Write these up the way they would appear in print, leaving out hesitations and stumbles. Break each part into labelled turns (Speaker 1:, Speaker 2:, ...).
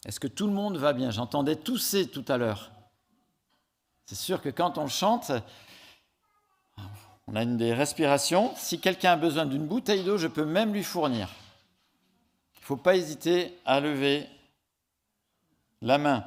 Speaker 1: Est-ce que tout le monde va bien? J'entendais tousser tout à l'heure. C'est sûr que quand on chante, on a des respirations. Si quelqu'un a besoin d'une bouteille d'eau, je peux même lui fournir. Il ne faut pas hésiter à lever la main.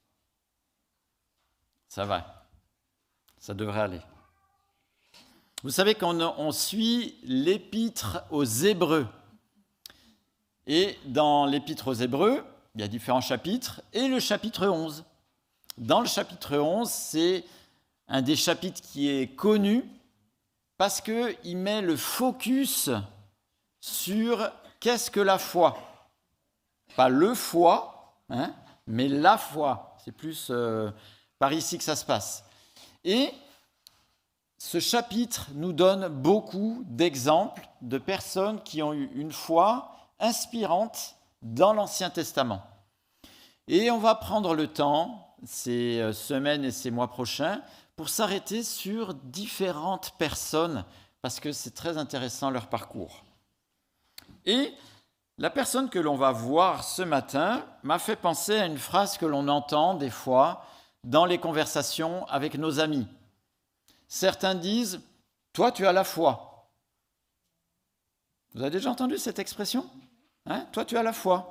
Speaker 1: Ça va, ça devrait aller. Vous savez qu'on suit l'épître aux Hébreux. Et dans l'épître aux Hébreux, il y a différents chapitres, et le chapitre 11. Dans le chapitre 11, c'est un des chapitres qui est connu parce qu'il met le focus sur qu'est-ce que la foi. Pas le foi, mais la foi. C'est plus par ici que ça se passe. Et ce chapitre nous donne beaucoup d'exemples de personnes qui ont eu une foi inspirante dans l'Ancien Testament. Et on va prendre le temps, ces semaines et ces mois prochains, pour s'arrêter sur différentes personnes, parce que c'est très intéressant leur parcours. Et la personne que l'on va voir ce matin m'a fait penser à une phrase que l'on entend des fois dans les conversations avec nos amis. Certains disent « Toi, tu as la foi ». Vous avez déjà entendu cette expression ? Toi, tu as la foi.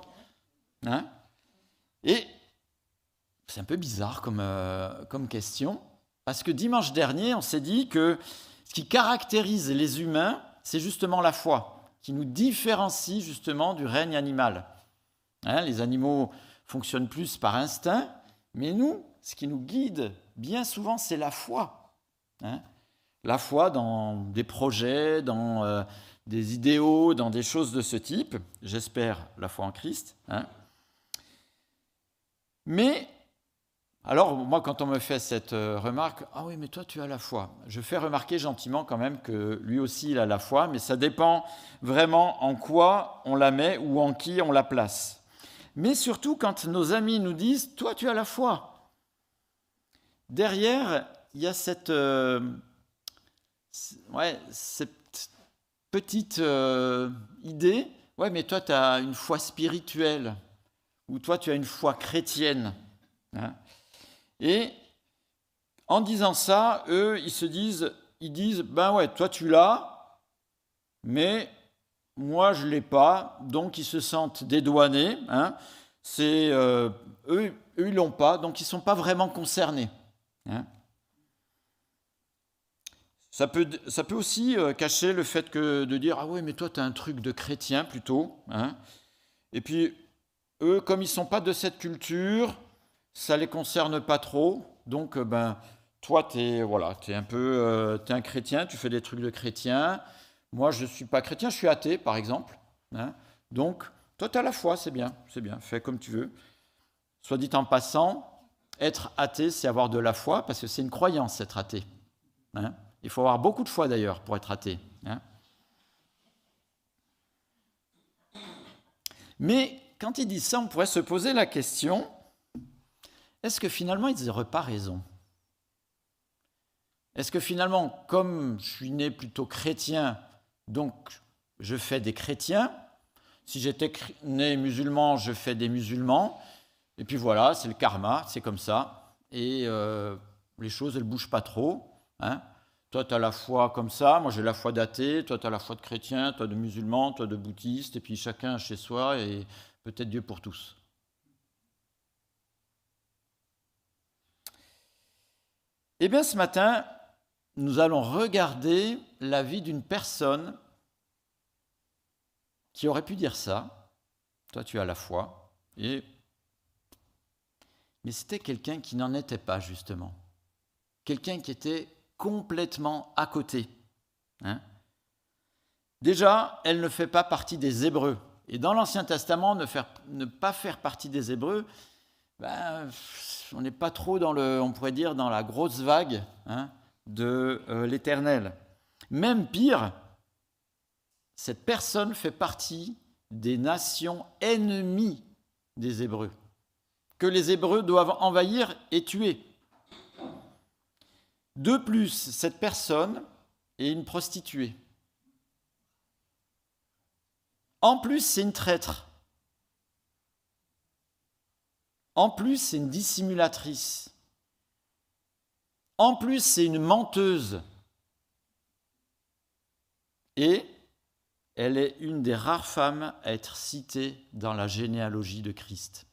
Speaker 1: Et c'est un peu bizarre comme question, parce que dimanche dernier, on s'est dit que ce qui caractérise les humains, c'est justement la foi, qui nous différencie justement du règne animal. Les animaux fonctionnent plus par instinct, mais nous, ce qui nous guide bien souvent, c'est la foi. La foi dans des projets, dans des idéaux, dans des choses de ce type. J'espère la foi en Christ. Mais, alors moi quand on me fait cette remarque, « Ah oui, mais toi tu as la foi », je fais remarquer gentiment quand même que lui aussi il a la foi, mais ça dépend vraiment en quoi on la met ou en qui on la place. Mais surtout quand nos amis nous disent « Toi tu as la foi », derrière il y a cette petite idée, « Ouais, mais toi tu as une foi spirituelle ». Ou toi, tu as une foi chrétienne. Et en disant ça, eux, ils disent, ben ouais, toi tu l'as, mais moi je l'ai pas, donc ils se sentent dédouanés. Eux, ils l'ont pas, donc ils sont pas vraiment concernés. Ça peut aussi cacher le fait de dire, ah ouais, mais toi tu as un truc de chrétien plutôt. Et puis eux, comme ils ne sont pas de cette culture, ça ne les concerne pas trop. Donc, toi, tu es un chrétien, tu fais des trucs de chrétien. Moi, je ne suis pas chrétien, je suis athée, par exemple. Donc, toi, tu as la foi, c'est bien, fais comme tu veux. Soit dit en passant, être athée, c'est avoir de la foi, parce que c'est une croyance, être athée. Il faut avoir beaucoup de foi, d'ailleurs, pour être athée. Mais quand ils disent ça, on pourrait se poser la question, est-ce que finalement ils n'auraient pas raison ? Est-ce que finalement, comme je suis né plutôt chrétien, donc je fais des chrétiens, si j'étais né musulman, je fais des musulmans, et puis voilà, c'est le karma, c'est comme ça, et les choses, elles ne bougent pas trop. Toi, tu as la foi comme ça, moi j'ai la foi d'athée, toi tu as la foi de chrétien, toi de musulman, toi de bouddhiste, et puis chacun chez soi, et peut-être Dieu pour tous. Eh bien, ce matin, nous allons regarder la vie d'une personne qui aurait pu dire ça. Toi, tu as la foi. Mais c'était quelqu'un qui n'en était pas, justement. Quelqu'un qui était complètement à côté. Déjà, elle ne fait pas partie des Hébreux. Et dans l'Ancien Testament, ne pas faire partie des Hébreux, on n'est pas trop on pourrait dire, dans la grosse vague de l'Éternel. Même pire, cette personne fait partie des nations ennemies des Hébreux, que les Hébreux doivent envahir et tuer. De plus, cette personne est une prostituée. En plus, c'est une traître. En plus, c'est une dissimulatrice. En plus, c'est une menteuse. Et elle est une des rares femmes à être citée dans la généalogie de Christ.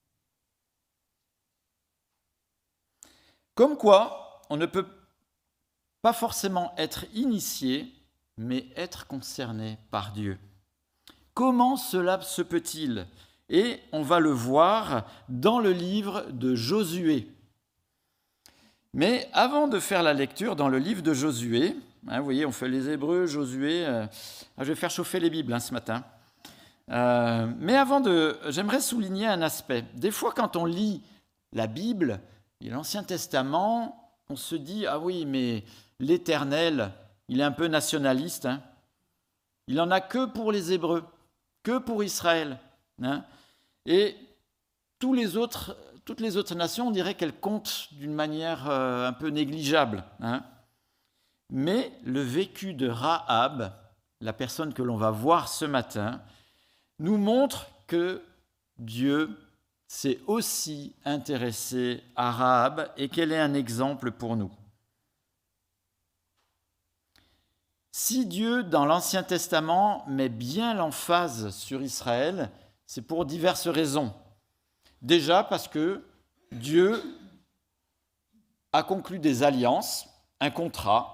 Speaker 1: Comme quoi, on ne peut pas forcément être initié, mais être concerné par Dieu. Comment cela se peut-il ? Et on va le voir dans le livre de Josué. Mais avant de faire la lecture dans le livre de Josué, vous voyez, on fait les Hébreux, Josué, je vais faire chauffer les Bibles ce matin. Mais j'aimerais souligner un aspect. Des fois, quand on lit la Bible et l'Ancien Testament, on se dit, ah oui, mais l'Éternel, il est un peu nationaliste. Il n'en a que pour les Hébreux, que pour Israël. Et toutes les autres nations, on dirait qu'elles comptent d'une manière un peu négligeable. Mais le vécu de Rahab, la personne que l'on va voir ce matin, nous montre que Dieu s'est aussi intéressé à Rahab et qu'elle est un exemple pour nous. Si Dieu, dans l'Ancien Testament, met bien l'emphase sur Israël, c'est pour diverses raisons. Déjà parce que Dieu a conclu des alliances, un contrat,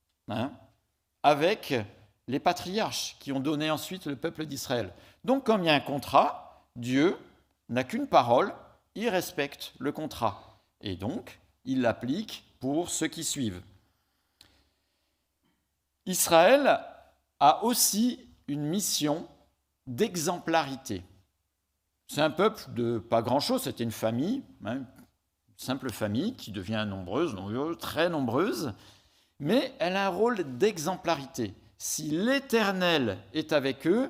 Speaker 1: avec les patriarches qui ont donné ensuite le peuple d'Israël. Donc, comme il y a un contrat, Dieu n'a qu'une parole, il respecte le contrat. Et donc, il l'applique pour ceux qui suivent. Israël a aussi une mission d'exemplarité. C'est un peuple de pas grand-chose, c'était une famille, une simple famille qui devient nombreuse, très nombreuse, mais elle a un rôle d'exemplarité. Si l'Éternel est avec eux,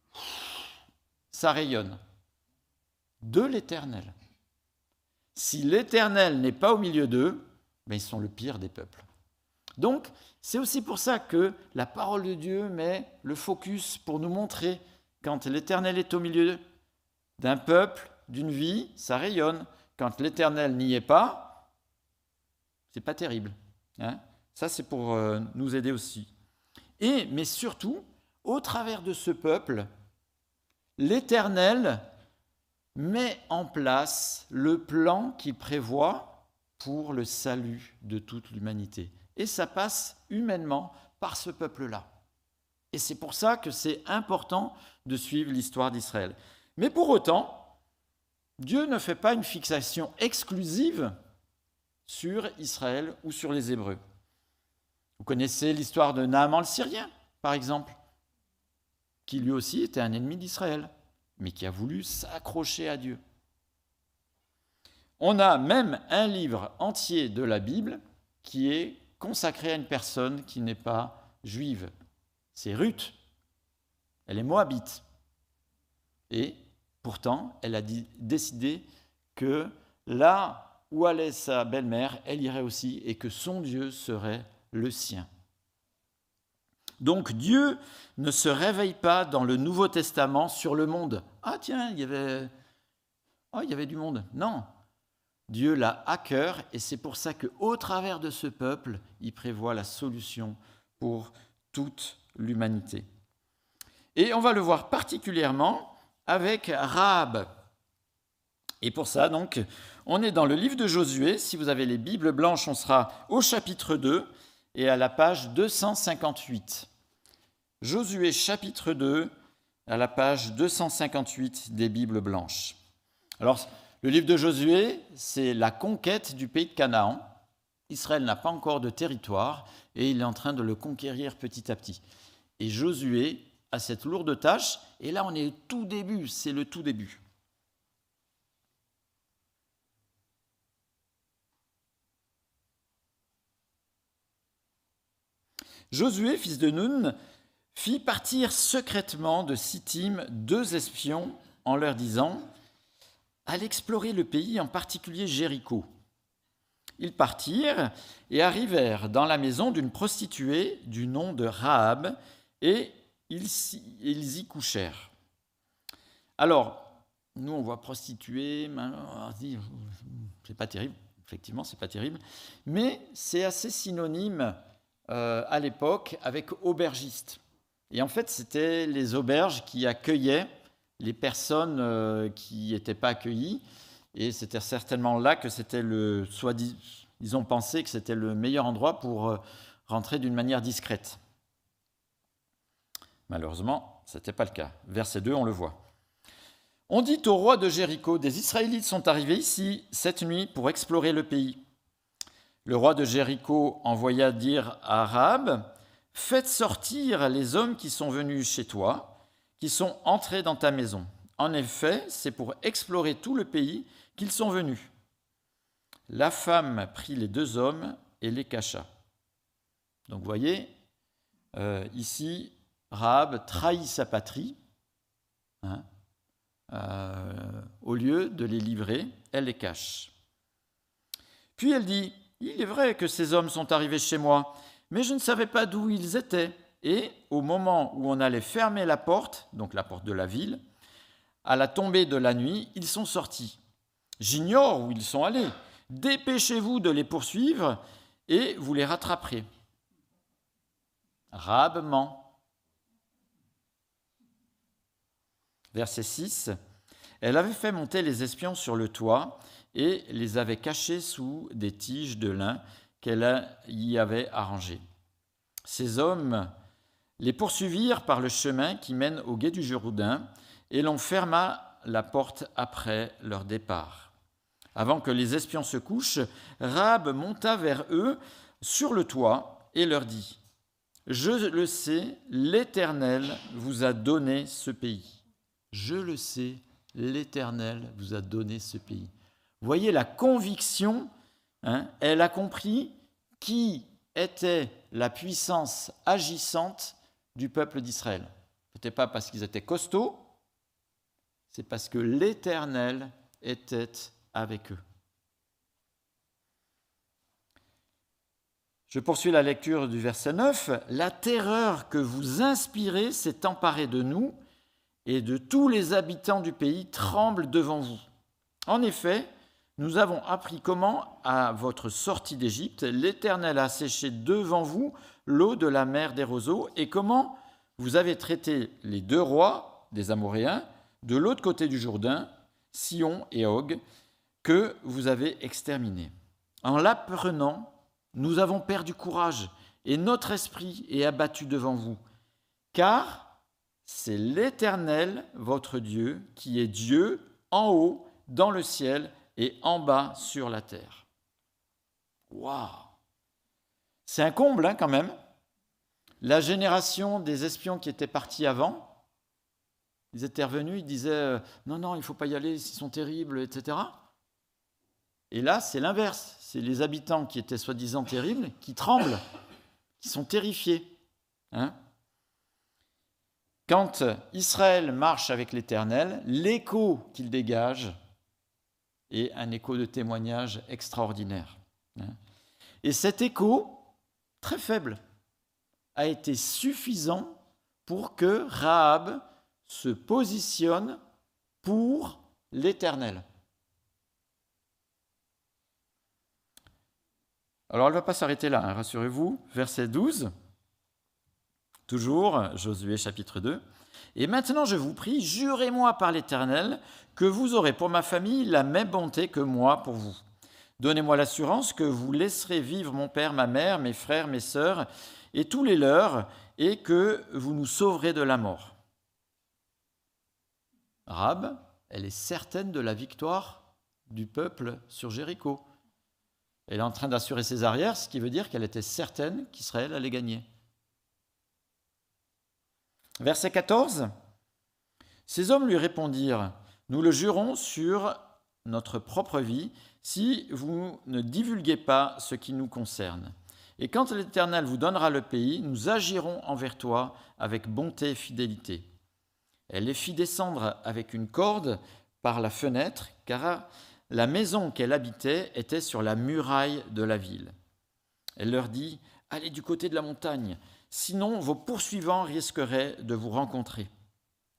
Speaker 1: ça rayonne. De l'Éternel. Si l'Éternel n'est pas au milieu d'eux, ils sont le pire des peuples. Donc, c'est aussi pour ça que la parole de Dieu met le focus pour nous montrer quand l'Éternel est au milieu d'un peuple, d'une vie, ça rayonne. Quand l'Éternel n'y est pas, c'est pas terrible. Ça, c'est pour nous aider aussi. Mais surtout, au travers de ce peuple, l'Éternel met en place le plan qu'il prévoit pour le salut de toute l'humanité. Et ça passe humainement par ce peuple-là. Et c'est pour ça que c'est important de suivre l'histoire d'Israël. Mais pour autant, Dieu ne fait pas une fixation exclusive sur Israël ou sur les Hébreux. Vous connaissez l'histoire de Naaman le Syrien, par exemple, qui lui aussi était un ennemi d'Israël, mais qui a voulu s'accrocher à Dieu. On a même un livre entier de la Bible qui est consacré à une personne qui n'est pas juive. C'est Ruth. Elle est moabite. Et pourtant, elle a décidé que là où allait sa belle-mère, elle irait aussi et que son Dieu serait le sien. Donc Dieu ne se réveille pas dans le Nouveau Testament sur le monde. Ah tiens, il y avait du monde. Non. Dieu l'a à cœur et c'est pour ça qu'au travers de ce peuple, il prévoit la solution pour toute l'humanité. Et on va le voir particulièrement avec Rahab. Et pour ça, donc, on est dans le livre de Josué. Si vous avez les Bibles blanches, on sera au chapitre 2 et à la page 258. Josué chapitre 2, à la page 258 des Bibles blanches. Alors, le livre de Josué, c'est la conquête du pays de Canaan. Israël n'a pas encore de territoire et il est en train de le conquérir petit à petit. Et Josué a cette lourde tâche, et là on est au tout début, c'est le tout début. Josué, fils de Nun, fit partir secrètement de Sittim 2 espions en leur disant « Allez explorer le pays, en particulier Jéricho ». Ils partirent et arrivèrent dans la maison d'une prostituée du nom de Rahab et ils y couchèrent. Alors, nous, on voit prostituée, on se dit, c'est pas terrible. Effectivement, c'est pas terrible. Mais c'est assez synonyme à l'époque avec aubergiste. Et en fait, c'était les auberges qui accueillaient les personnes qui n'étaient pas accueillies. Et c'était certainement là que c'était ils ont pensé que c'était le meilleur endroit pour rentrer d'une manière discrète. Malheureusement, ce n'était pas le cas. Verset 2, on le voit. On dit au roi de Jéricho, des Israélites sont arrivés ici cette nuit pour explorer le pays. Le roi de Jéricho envoya dire à Rahab, faites sortir les hommes qui sont venus chez toi, qui sont entrés dans ta maison. En effet, c'est pour explorer tout le pays qu'ils sont venus. La femme prit les 2 hommes et les cacha. Donc vous voyez, ici, Rahab trahit sa patrie, au lieu de les livrer, elle les cache. Puis elle dit, il est vrai que ces hommes sont arrivés chez moi, mais je ne savais pas d'où ils étaient. Et au moment où on allait fermer la porte, donc la porte de la ville, à la tombée de la nuit, ils sont sortis. J'ignore où ils sont allés. Dépêchez-vous de les poursuivre et vous les rattraperez. Rahab ment. Verset 6. Elle avait fait monter les espions sur le toit et les avait cachés sous des tiges de lin qu'elle y avait arrangées. Ces hommes les poursuivirent par le chemin qui mène au gué du Jourdain et l'on ferma la porte après leur départ. Avant que les espions se couchent, Rahab monta vers eux sur le toit et leur dit « Je le sais, l'Éternel vous a donné ce pays. Je le sais, l'Éternel vous a donné ce pays. » Voyez la conviction, elle a compris qui était la puissance agissante du peuple d'Israël. Ce n'était pas parce qu'ils étaient costauds, c'est parce que l'Éternel était avec eux. Je poursuis la lecture du verset 9. « La terreur que vous inspirez s'est emparée de nous, et de tous les habitants du pays tremblent devant vous. En effet, nous avons appris comment, à votre sortie d'Égypte, l'Éternel a séché devant vous l'eau de la mer des roseaux, et comment vous avez traité les 2 rois des Amoréens de l'autre côté du Jourdain, Sihon et Og, que vous avez exterminés. En l'apprenant, nous avons perdu courage, et notre esprit est abattu devant vous, car c'est l'Éternel, votre Dieu, qui est Dieu en haut, dans le ciel, et en bas, sur la terre. » Waouh! C'est un comble, quand même. La génération des espions qui étaient partis avant, ils étaient revenus, ils disaient « Non, il ne faut pas y aller, ils sont terribles, etc. » Et là, c'est l'inverse. C'est les habitants qui étaient soi-disant terribles, qui tremblent, qui sont terrifiés. Quand Israël marche avec l'Éternel, l'écho qu'il dégage est un écho de témoignage extraordinaire. Et cet écho, très faible, a été suffisant pour que Rahab se positionne pour l'Éternel. Alors elle ne va pas s'arrêter là, rassurez-vous. Verset 12, toujours Josué chapitre 2. « Et maintenant je vous prie, jurez-moi par l'Éternel que vous aurez pour ma famille la même bonté que moi pour vous. Donnez-moi l'assurance que vous laisserez vivre mon père, ma mère, mes frères, mes sœurs et tous les leurs, et que vous nous sauverez de la mort. » Rahab, elle est certaine de la victoire du peuple sur Jéricho. Elle est en train d'assurer ses arrières, ce qui veut dire qu'elle était certaine qu'Israël allait gagner. Verset 14. Ces hommes lui répondirent, « Nous le jurons sur notre propre vie, si vous ne divulguez pas ce qui nous concerne. Et quand l'Éternel vous donnera le pays, nous agirons envers toi avec bonté et fidélité. » Elle les fit descendre avec une corde par la fenêtre, car la maison qu'elle habitait était sur la muraille de la ville. Elle leur dit, « Allez du côté de la montagne, sinon vos poursuivants risqueraient de vous rencontrer. »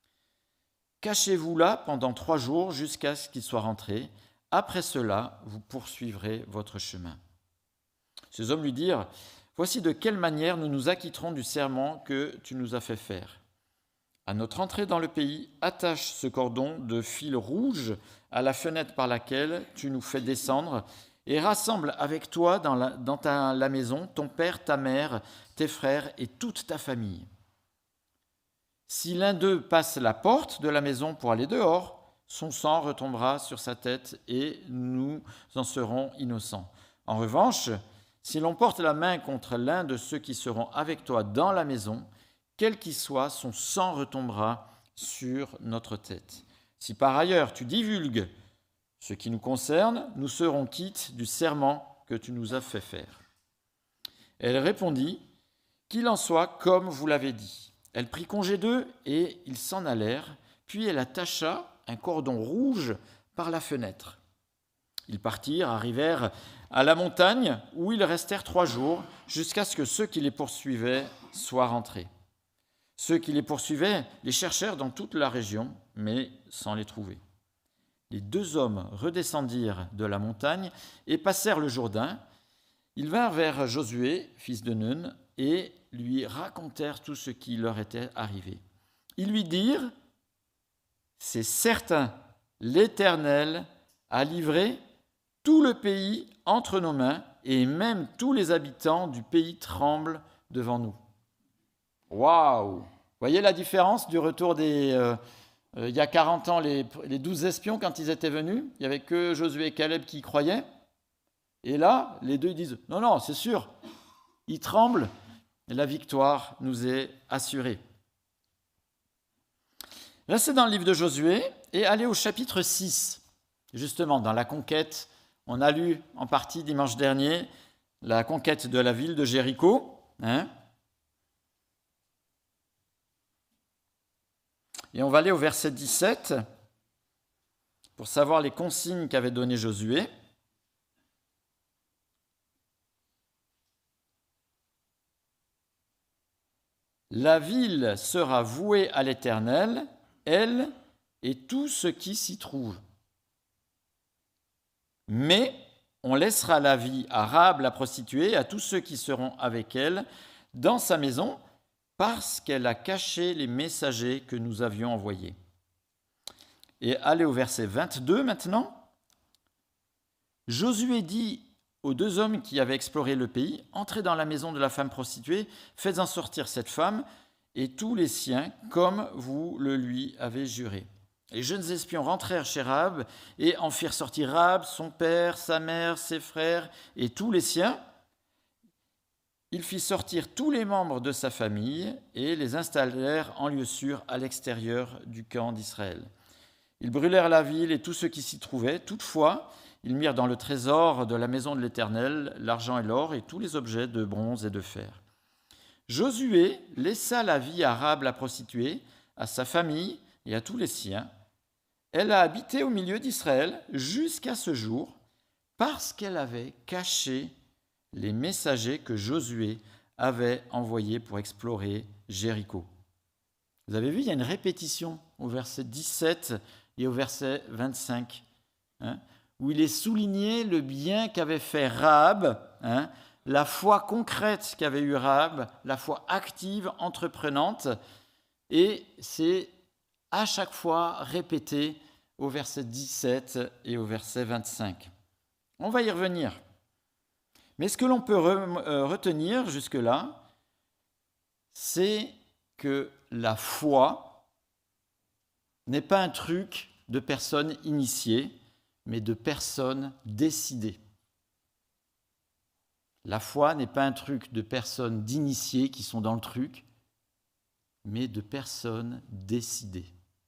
Speaker 1: Cachez-vous là pendant 3 jours jusqu'à ce qu'il soit rentré. Après cela, vous poursuivrez votre chemin. » Ces hommes lui dirent, « Voici de quelle manière nous nous acquitterons du serment que tu nous as fait faire. À notre entrée dans le pays, attache ce cordon de fil rouge à la fenêtre par laquelle tu nous fais descendre et rassemble avec toi dans la maison ton père, ta mère, tes frères et toute ta famille. Si l'un d'eux passe la porte de la maison pour aller dehors, son sang retombera sur sa tête et nous en serons innocents. En revanche, si l'on porte la main contre l'un de ceux qui seront avec toi dans la maison, quel qu'il soit, son sang retombera sur notre tête. Si par ailleurs tu divulgues ce qui nous concerne, nous serons quittes du serment que tu nous as fait faire. » Elle répondit, « Qu'il en soit comme vous l'avez dit. » Elle prit congé d'eux et ils s'en allèrent, puis elle attacha un cordon rouge par la fenêtre. Ils partirent, arrivèrent à la montagne où ils restèrent 3 jours jusqu'à ce que ceux qui les poursuivaient soient rentrés. Ceux qui les poursuivaient les cherchèrent dans toute la région, mais sans les trouver. Les 2 hommes redescendirent de la montagne et passèrent le Jourdain. Ils vinrent vers Josué, fils de Nun, et lui racontèrent tout ce qui leur était arrivé. Ils lui dirent, « C'est certain, l'Éternel a livré tout le pays entre nos mains, et même tous les habitants du pays tremblent devant nous. » Waouh! Voyez la différence du retour des... il y a 40 ans, les 12 espions, quand ils étaient venus, il n'y avait que Josué et Caleb qui y croyaient. Et là, les 2 ils disent, « Non, non, c'est sûr, ils tremblent, et la victoire nous est assurée. » Restez dans le livre de Josué et allez au chapitre 6. Justement, dans la conquête, on a lu en partie dimanche dernier la conquête de la ville de Jéricho. Et on va aller au verset 17 pour savoir les consignes qu'avait données Josué. La ville sera vouée à l'Éternel, elle et tout ce qui s'y trouve. Mais on laissera la vie à Rahab la prostituée et à tous ceux qui seront avec elle dans sa maison, parce qu'elle a caché les messagers que nous avions envoyés. Et allez au verset 22 maintenant. Josué dit aux 2 hommes qui avaient exploré le pays, « Entrez dans la maison de la femme prostituée, faites-en sortir cette femme et tous les siens, comme vous le lui avez juré. » Les jeunes espions rentrèrent chez Rahab et en firent sortir Rahab, son père, sa mère, ses frères et tous les siens. Il fit sortir tous les membres de sa famille et les installèrent en lieu sûr à l'extérieur du camp d'Israël. Ils brûlèrent la ville et tout ce qui s'y trouvait. Toutefois, ils mirent dans le trésor de la maison de l'Éternel l'argent et l'or et tous les objets de bronze et de fer. Josué laissa la vie à Rahab la prostituée, à sa famille et à tous les siens. Elle a habité au milieu d'Israël jusqu'à ce jour parce qu'elle avait caché les messagers que Josué avait envoyés pour explorer Jéricho. Vous avez vu, il y a une répétition au verset 17 et au verset 25, où il est souligné le bien qu'avait fait Rahab, la foi concrète qu'avait eue Rahab, la foi active, entreprenante, et c'est à chaque fois répété au verset 17 et au verset 25. On va y revenir. Mais ce que l'on peut retenir jusque-là, c'est que la foi n'est pas un truc de personnes initiées, mais de personnes décidées. La foi n'est pas un truc de personnes d'initiés qui sont dans le truc, mais de personnes décidées.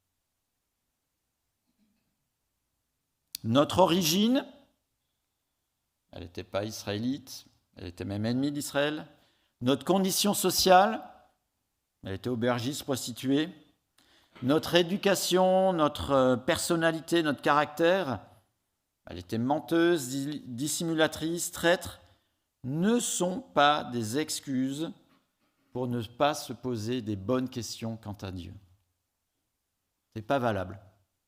Speaker 1: Notre origine, elle n'était pas israélite, elle était même ennemie d'Israël. Notre condition sociale, elle était aubergiste, prostituée. Notre éducation, notre personnalité, notre caractère, elle était menteuse, dissimulatrice, traître, ne sont pas des excuses pour ne pas se poser des bonnes questions quant à Dieu. Ce n'est pas valable.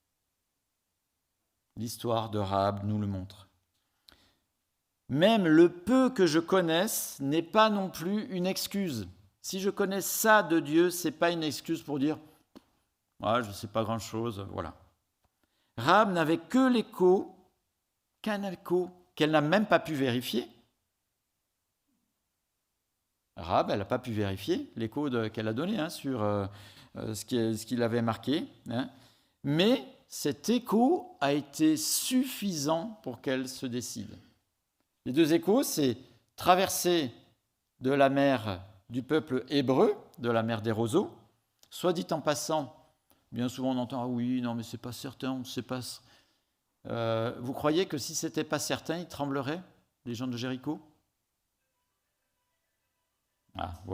Speaker 1: L'histoire de Rahab nous le montre. Même le peu que je connaisse n'est pas non plus une excuse. Si je connais ça de Dieu, ce n'est pas une excuse pour dire « je ne sais pas grand-chose », voilà. Rahab n'avait que l'écho, qu'un écho qu'elle n'a même pas pu vérifier. Rahab, elle n'a pas pu vérifier l'écho qu'elle a donné sur ce qu'il avait marqué. Mais cet écho a été suffisant pour qu'elle se décide. Les deux échos, c'est traverser de la mer du peuple hébreu, de la mer des roseaux. Soit dit en passant, bien souvent on entend « Ah oui, non mais c'est pas certain, on ne sait pas… » Vous croyez que si ce n'était pas certain, ils trembleraient, les gens de Jéricho ? Vous voyez ?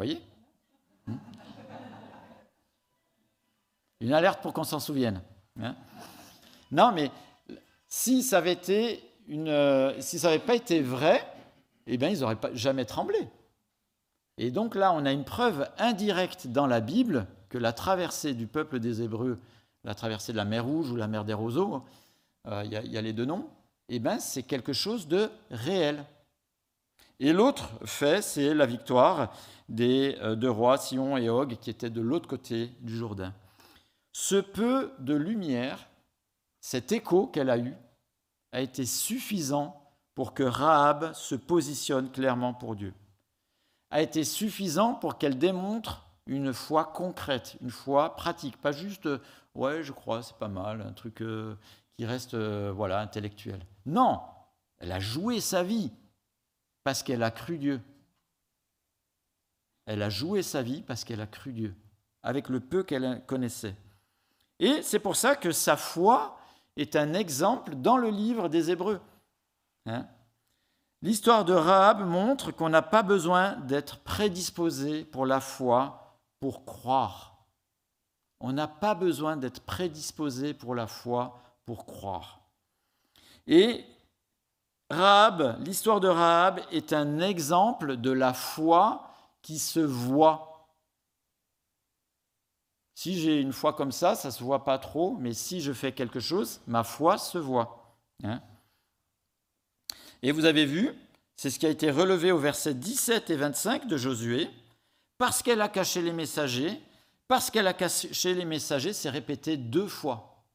Speaker 1: Une alerte pour qu'on s'en souvienne. Non, mais si ça n'avait pas été vrai, eh bien, ils n'auraient jamais tremblé. Et donc là, on a une preuve indirecte dans la Bible que la traversée du peuple des Hébreux, la traversée de la mer Rouge ou la mer des Roseaux, il y a les deux noms, eh bien, c'est quelque chose de réel. Et l'autre fait, c'est la victoire des deux rois, Sihon et Og, qui étaient de l'autre côté du Jourdain. Ce peu de lumière, cet écho qu'elle a eu, a été suffisant pour que Rahab se positionne clairement pour Dieu. A été suffisant pour qu'elle démontre une foi concrète, une foi pratique, pas juste « ouais, je crois, c'est pas mal », un truc qui reste intellectuel. Non, elle a joué sa vie parce qu'elle a cru Dieu. Elle a joué sa vie parce qu'elle a cru Dieu, avec le peu qu'elle connaissait. Et c'est pour ça que sa foi est un exemple dans le livre des Hébreux. L'histoire de Rahab montre qu'on n'a pas besoin d'être prédisposé pour la foi pour croire. On n'a pas besoin d'être prédisposé pour la foi pour croire. Et Rahab, l'histoire de Rahab est un exemple de la foi qui se voit. Si j'ai une foi comme ça ne se voit pas trop, mais si je fais quelque chose, ma foi se voit. Et vous avez vu, c'est ce qui a été relevé au verset 17 et 25 de Josué, parce qu'elle a caché les messagers, c'est répété 2 fois.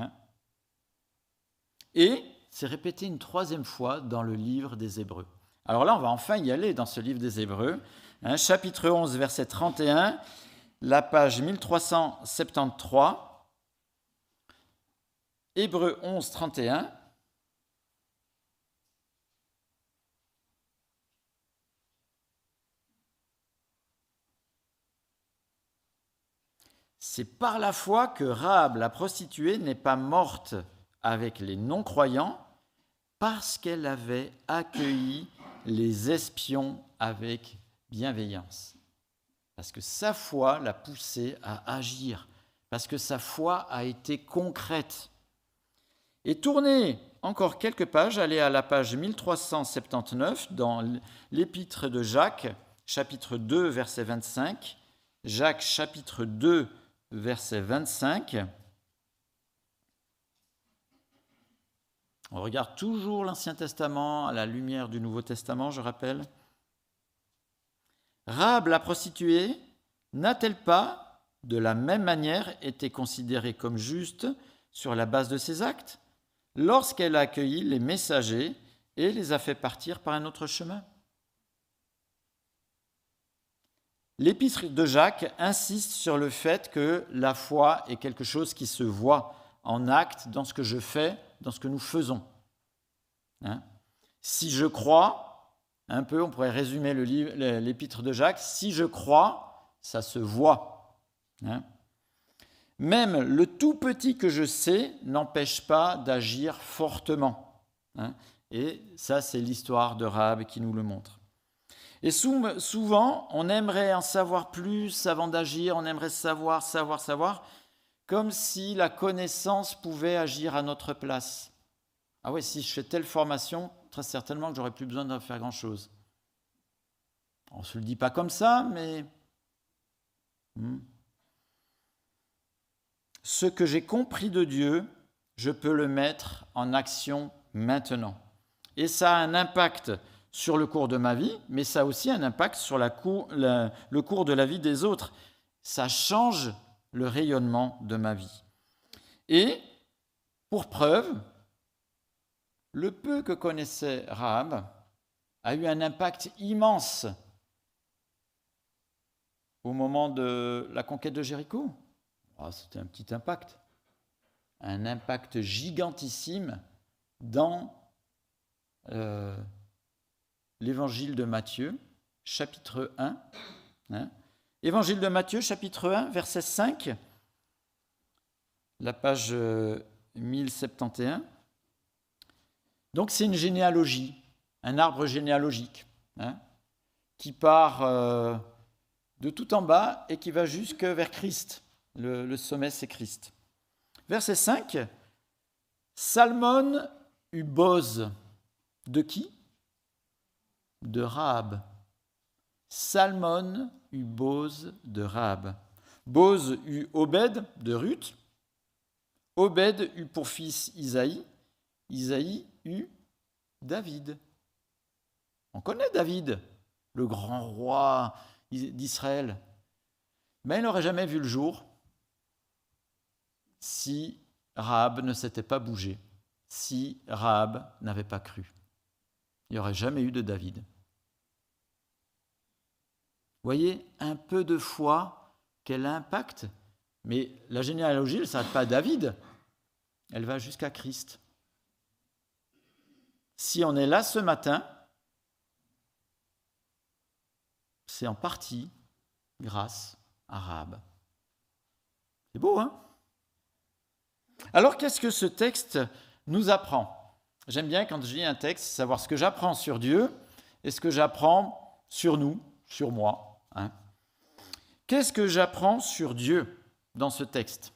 Speaker 1: Et c'est répété une 3e fois dans le livre des Hébreux. Alors là, on va enfin y aller dans ce livre des Hébreux. Chapitre 11, verset 31, la page 1373, Hébreux 11, 31. C'est par la foi que Rahab, la prostituée, n'est pas morte avec les non-croyants parce qu'elle avait accueilli les espions avec bienveillance. Parce que sa foi l'a poussée à agir, parce que sa foi a été concrète. Et tournez encore quelques pages, allez à la page 1379 dans l'épître de Jacques, chapitre 2, verset 25. Jacques, chapitre 2, verset 25. On regarde toujours l'Ancien Testament à la lumière du Nouveau Testament, je rappelle. Rahab, la prostituée, n'a-t-elle pas, de la même manière, été considérée comme juste sur la base de ses actes, lorsqu'elle a accueilli les messagers et les a fait partir par un autre chemin ? L'épître de Jacques insiste sur le fait que la foi est quelque chose qui se voit en acte dans ce que je fais, dans ce que nous faisons. Si je crois, un peu, on pourrait résumer l'épître de Jacques, si je crois, ça se voit. Même le tout petit que je sais n'empêche pas d'agir fortement. Et ça, c'est l'histoire de Rahab qui nous le montre. Et souvent, on aimerait en savoir plus avant d'agir, on aimerait savoir, comme si la connaissance pouvait agir à notre place. Ah oui, si je fais telle formation, très certainement que j'aurais plus besoin de faire grand-chose. On ne se le dit pas comme ça, mais… ce que j'ai compris de Dieu, je peux le mettre en action maintenant. Et ça a un impact sur le cours de ma vie, mais ça a aussi un impact sur le cours de la vie des autres. Ça change le rayonnement de ma vie. Et, pour preuve, le peu que connaissait Rahab a eu un impact immense au moment de la conquête de Jéricho. C'était un petit impact. Un impact gigantissime dans l'évangile de Matthieu, chapitre 1. Évangile de Matthieu, chapitre 1, verset 5, la page 1071. Donc c'est une généalogie, un arbre généalogique, qui part de tout en bas et qui va jusque vers Christ. Le sommet, c'est Christ. Verset 5, Salmon eut Boz. De qui? De Rahab. Salmon eut Boz de Rahab. Boz eut Obed de Ruth. Obed eut pour fils Isaïe. Isaïe eut David. On connaît David, le grand roi d'Israël. Mais il n'aurait jamais vu le jour si Rahab ne s'était pas bougée, si Rahab n'avait pas cru. Il n'y aurait jamais eu de David. Vous voyez, un peu de foi, quel impact. Mais la généalogie, elle ne s'arrête pas à David, elle va jusqu'à Christ. Si on est là ce matin, c'est en partie grâce à Rahab. C'est beau, hein? Alors, qu'est-ce que ce texte nous apprend? J'aime bien quand je lis un texte, savoir ce que j'apprends sur Dieu et ce que j'apprends sur nous, sur moi. Qu'est-ce que j'apprends sur Dieu dans ce texte?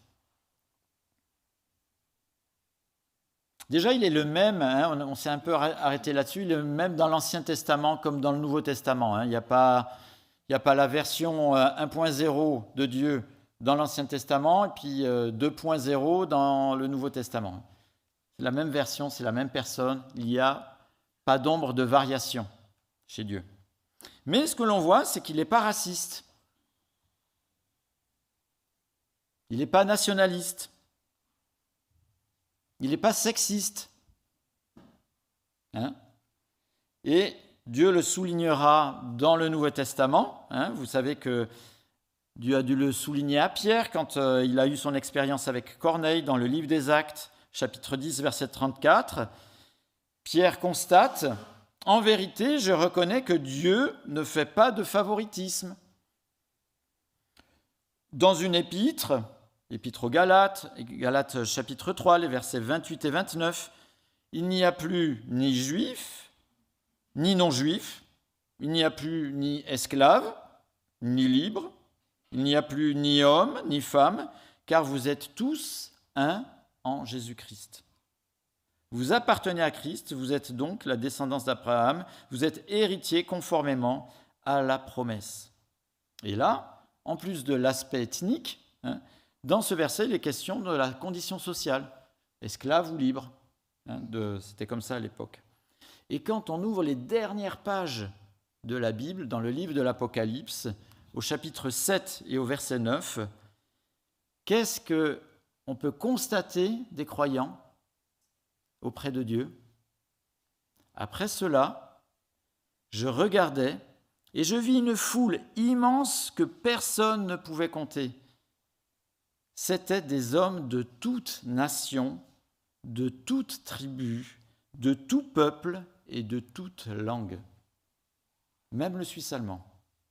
Speaker 1: Déjà, il est le même, on s'est un peu arrêté là-dessus, il est le même dans l'Ancien Testament comme dans le Nouveau Testament. Il n'y a pas la version 1.0 de Dieu dans l'Ancien Testament et puis 2.0 dans le Nouveau Testament. C'est la même version, c'est la même personne, il n'y a pas d'ombre de variation chez Dieu. Mais ce que l'on voit, c'est qu'il n'est pas raciste. Il n'est pas nationaliste. Il n'est pas sexiste. Et Dieu le soulignera dans le Nouveau Testament. Vous savez que Dieu a dû le souligner à Pierre quand il a eu son expérience avec Corneille dans le livre des Actes, chapitre 10, verset 34. Pierre constate « En vérité, je reconnais que Dieu ne fait pas de favoritisme. » Dans une épître aux Galates, Galates chapitre 3, les versets 28 et 29, il n'y a plus ni juif, ni non-juif, il n'y a plus ni esclave, ni libre, il n'y a plus ni homme, ni femme, car vous êtes tous un en Jésus-Christ. Vous appartenez à Christ, vous êtes donc la descendance d'Abraham, vous êtes héritiers conformément à la promesse. Et là, en plus de l'aspect ethnique, dans ce verset, il est question de la condition sociale, esclave ou libre. C'était comme ça à l'époque. Et quand on ouvre les dernières pages de la Bible, dans le livre de l'Apocalypse, au chapitre 7 et au verset 9, qu'est-ce qu'on peut constater des croyants auprès de Dieu? Après cela, je regardais et je vis une foule immense que personne ne pouvait compter. C'étaient des hommes de toute nation, de toute tribu, de tout peuple et de toute langue. Même le suisse allemand.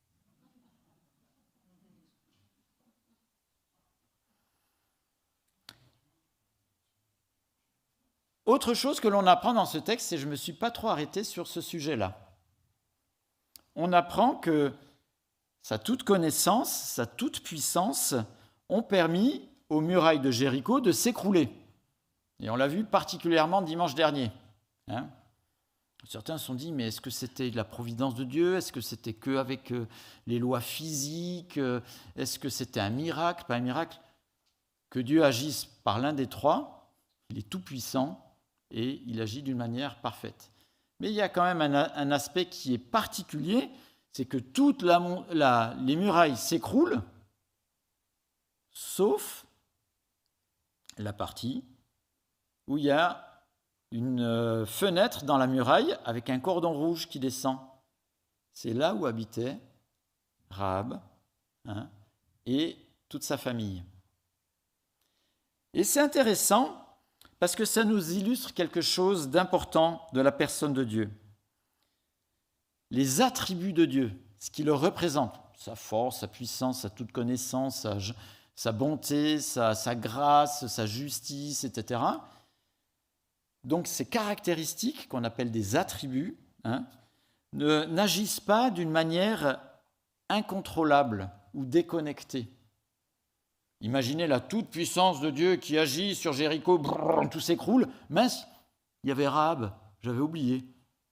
Speaker 1: Autre chose que l'on apprend dans ce texte, et je ne me suis pas trop arrêté sur ce sujet-là. On apprend que sa toute connaissance, sa toute puissance ont permis aux murailles de Jéricho de s'écrouler. Et on l'a vu particulièrement dimanche dernier. Certains se sont dit, mais est-ce que c'était la providence de Dieu? Est-ce que c'était qu'avec les lois physiques? Est-ce que c'était un miracle? Pas un miracle? que Dieu agisse par l'un des trois, il est tout-puissant et il agit d'une manière parfaite. Mais il y a quand même un aspect qui est particulier, c'est que toutes les murailles s'écroulent, sauf la partie où il y a une fenêtre dans la muraille avec un cordon rouge qui descend. C'est là où habitait Rahab et toute sa famille. Et c'est intéressant parce que ça nous illustre quelque chose d'important de la personne de Dieu. Les attributs de Dieu, ce qui le représente, sa force, sa puissance, sa toute connaissance, sa bonté, sa grâce, sa justice, etc. Donc ces caractéristiques qu'on appelle des attributs n'agissent pas d'une manière incontrôlable ou déconnectée. Imaginez la toute-puissance de Dieu qui agit sur Jéricho, tout s'écroule. Mince, il y avait Rahab, j'avais oublié.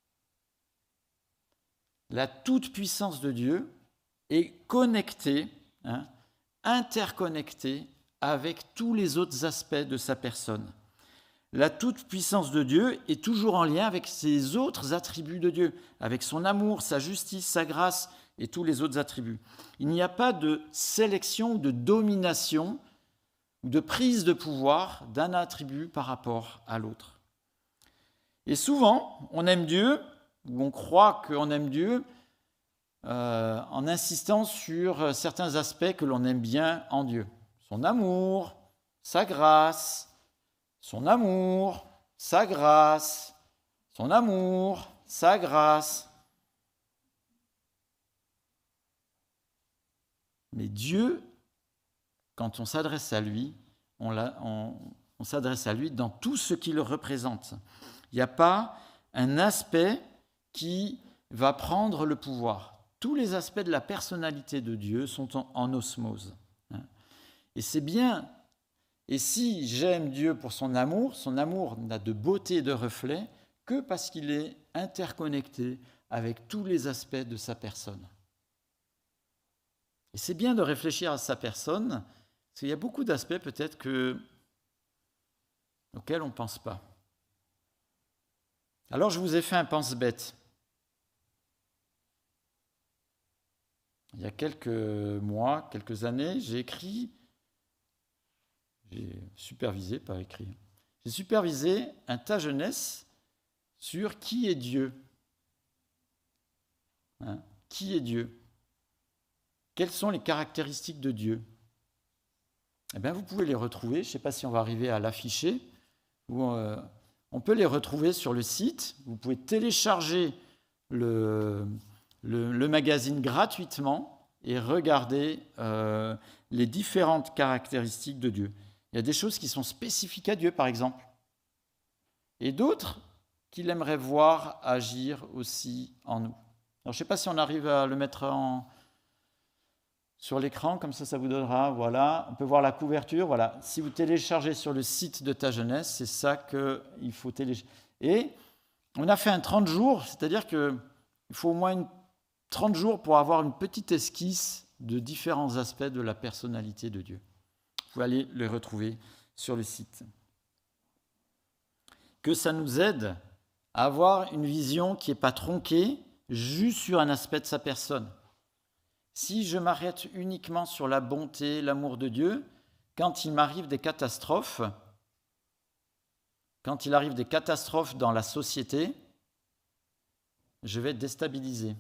Speaker 1: La toute-puissance de Dieu est connectée, interconnectée avec tous les autres aspects de sa personne. La toute-puissance de Dieu est toujours en lien avec ses autres attributs de Dieu, avec son amour, sa justice, sa grâce et tous les autres attributs. Il n'y a pas de sélection, de domination ou de prise de pouvoir d'un attribut par rapport à l'autre. Et souvent, on aime Dieu, ou on croit qu'on aime Dieu, en insistant sur certains aspects que l'on aime bien en Dieu. Son amour, sa grâce, son amour, sa grâce, son amour, sa grâce. Mais Dieu, quand on s'adresse à lui, on s'adresse à lui dans tout ce qui le représente. Il n'y a pas un aspect qui va prendre le pouvoir. Tous les aspects de la personnalité de Dieu sont en osmose. Et c'est bien. Et si j'aime Dieu pour son amour n'a de beauté et de reflet que parce qu'il est interconnecté avec tous les aspects de sa personne. Et c'est bien de réfléchir à sa personne, parce qu'il y a beaucoup d'aspects peut-être auxquels on ne pense pas. Alors je vous ai fait un pense-bête. Il y a quelques mois, quelques années, j'ai supervisé un tas jeunesse sur qui est Dieu. Qui est Dieu ? Quelles sont les caractéristiques de Dieu ? Eh bien, vous pouvez les retrouver, je ne sais pas si on va arriver à l'afficher, on peut les retrouver sur le site, vous pouvez télécharger le magazine gratuitement et regarder les différentes caractéristiques de Dieu. Il y a des choses qui sont spécifiques à Dieu, par exemple, et d'autres qu'il aimerait voir agir aussi en nous. Alors, je ne sais pas si on arrive à le mettre sur l'écran, comme ça vous donnera, voilà, on peut voir la couverture, voilà. Si vous téléchargez sur le site de Ta Jeunesse, c'est ça qu'il faut télécharger. Et on a fait un 30 jours, c'est-à-dire qu'il faut au moins 30 jours pour avoir une petite esquisse de différents aspects de la personnalité de Dieu. Vous pouvez aller le retrouver sur le site. Que ça nous aide à avoir une vision qui n'est pas tronquée juste sur un aspect de sa personne. Si je m'arrête uniquement sur la bonté, l'amour de Dieu, quand il m'arrive des catastrophes, quand il arrive des catastrophes dans la société, je vais être déstabilisé.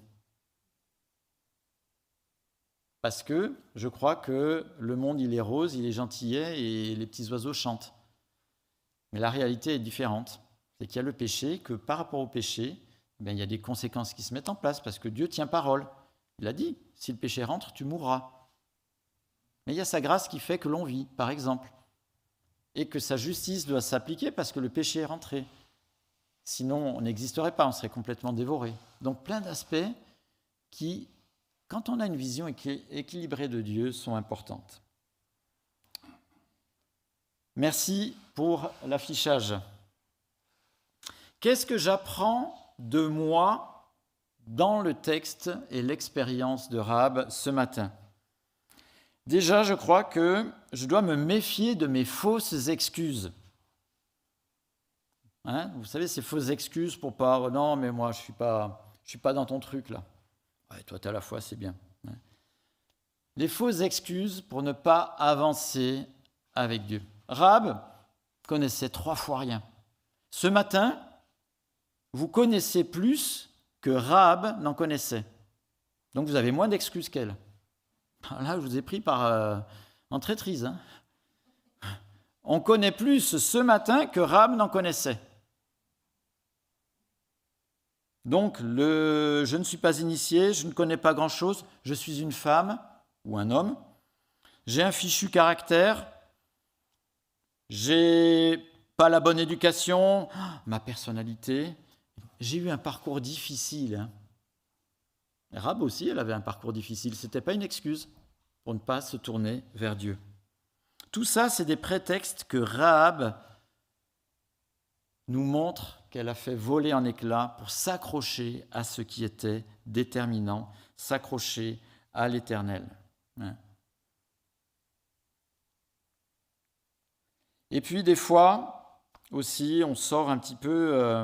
Speaker 1: Parce que je crois que le monde, il est rose, il est gentillet et les petits oiseaux chantent. Mais la réalité est différente. C'est qu'il y a le péché, que par rapport au péché, il y a des conséquences qui se mettent en place parce que Dieu tient parole. Il a dit, si le péché rentre, tu mourras. Mais il y a sa grâce qui fait que l'on vit, par exemple. Et que sa justice doit s'appliquer parce que le péché est rentré. Sinon, on n'existerait pas, on serait complètement dévoré. Donc plein d'aspects qui, quand on a une vision équilibrée de Dieu, sont importantes. Merci pour l'affichage. Qu'est-ce que j'apprends de moi dans le texte et l'expérience de Rahab ce matin ? Déjà, je crois que je dois me méfier de mes fausses excuses. Hein? Vous savez, ces fausses excuses pour pas... Oh non, mais moi, je suis pas dans ton truc, là. Ouais, toi, tu as la foi, c'est bien. Hein? Les fausses excuses pour ne pas avancer avec Dieu. Rahab connaissait 3 fois rien. Ce matin, vous connaissez plus que Rahab n'en connaissait. Donc, vous avez moins d'excuses qu'elle. Là, je vous ai pris en traîtrise. Hein. On connaît plus ce matin que Rahab n'en connaissait. Donc, je ne suis pas initié, je ne connais pas grand-chose, je suis une femme ou un homme, j'ai un fichu caractère, j'ai pas la bonne éducation, ma personnalité, j'ai eu un parcours difficile. Hein. Rahab aussi, elle avait un parcours difficile, ce n'était pas une excuse pour ne pas se tourner vers Dieu. Tout ça, c'est des prétextes que Rahab nous montre qu'elle a fait voler en éclats pour s'accrocher à ce qui était déterminant, s'accrocher à l'Éternel. Et puis des fois aussi, on sort un petit peu,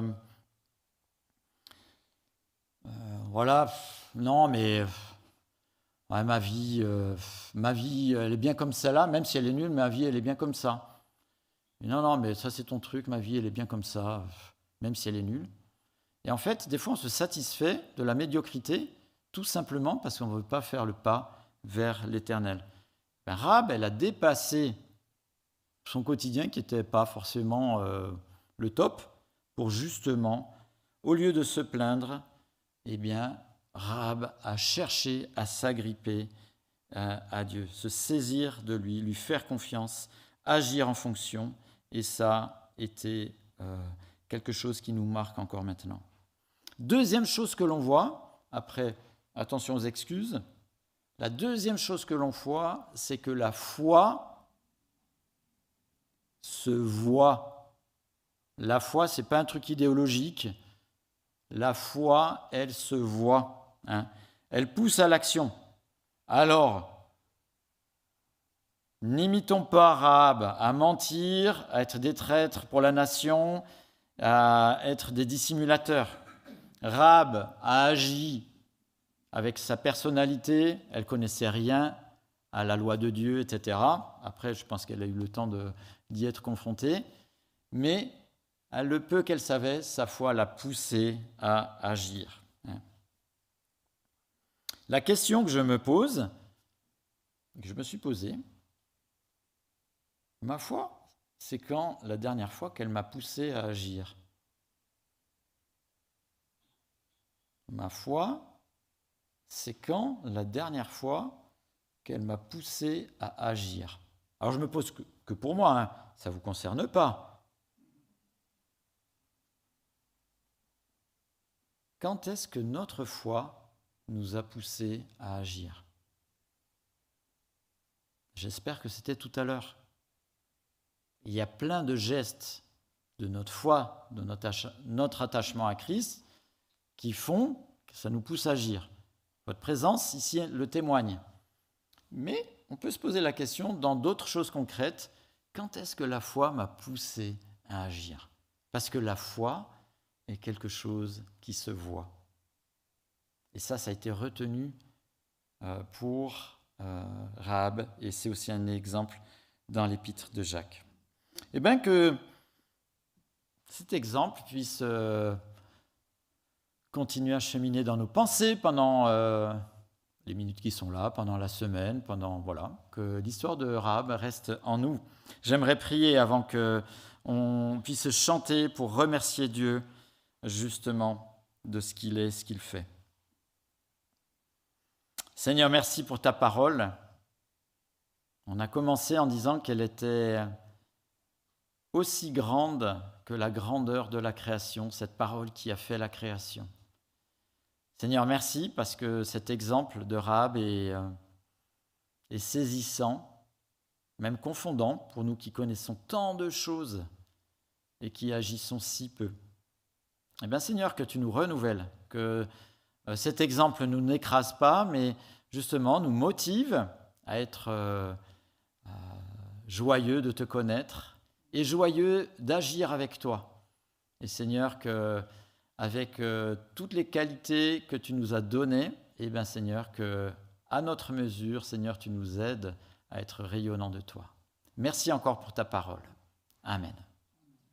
Speaker 1: voilà, non mais ouais, ma vie, elle est bien comme celle-là, même si elle est nulle, ma vie, elle est bien comme ça. Et non, mais ça c'est ton truc, ma vie, elle est bien comme ça, même si elle est nulle. Et en fait, des fois, on se satisfait de la médiocrité, tout simplement parce qu'on ne veut pas faire le pas vers l'Éternel. Rahab, elle a dépassé son quotidien, qui n'était pas forcément le top, pour justement, au lieu de se plaindre, eh bien, Rahab a cherché à s'agripper à Dieu, se saisir de lui faire confiance, agir en fonction, et ça a été quelque chose qui nous marque encore maintenant. Deuxième chose que l'on voit, après, attention aux excuses, la deuxième chose que l'on voit, c'est que la foi se voit. La foi, ce n'est pas un truc idéologique. La foi, elle se voit. Hein. Elle pousse à l'action. Alors, n'imitons pas Rahab à mentir, à être des traîtres pour la nation, à être des dissimulateurs. Rahab a agi avec sa personnalité, elle ne connaissait rien à la loi de Dieu, etc. Après, je pense qu'elle a eu le temps d'y être confrontée, mais le peu qu'elle savait, sa foi l'a poussée à agir. La question que je me pose, que je me suis posée, ma foi, c'est quand la dernière fois qu'elle m'a poussé à agir. Ma foi, c'est quand la dernière fois qu'elle m'a poussé à agir. Alors je me pose que pour moi, hein, ça ne vous concerne pas. Quand est-ce que notre foi nous a poussé à agir? J'espère que c'était tout à l'heure. Il y a plein de gestes de notre foi, de notre attachement à Christ, qui font que ça nous pousse à agir. Votre présence ici le témoigne. Mais on peut se poser la question, dans d'autres choses concrètes, quand est-ce que la foi m'a poussé à agir? Parce que la foi est quelque chose qui se voit. Et ça a été retenu pour Rahab, et c'est aussi un exemple dans l'épître de Jacques. Eh bien que cet exemple puisse continuer à cheminer dans nos pensées pendant les minutes qui sont là, pendant la semaine, que l'histoire de Rahab reste en nous. J'aimerais prier avant qu'on puisse chanter pour remercier Dieu justement de ce qu'il est, ce qu'il fait. Seigneur, merci pour ta parole. On a commencé en disant qu'elle était aussi grande que la grandeur de la création, cette parole qui a fait la création. Seigneur, merci parce que cet exemple de Rahab est saisissant, même confondant pour nous qui connaissons tant de choses et qui agissons si peu. Eh bien Seigneur, que tu nous renouvelles, que cet exemple ne nous écrase pas, mais justement nous motive à être joyeux de te connaître et joyeux d'agir avec toi. Et Seigneur, avec toutes les qualités que tu nous as données, eh bien Seigneur, à notre mesure, Seigneur, tu nous aides à être rayonnants de toi. Merci encore pour ta parole. Amen.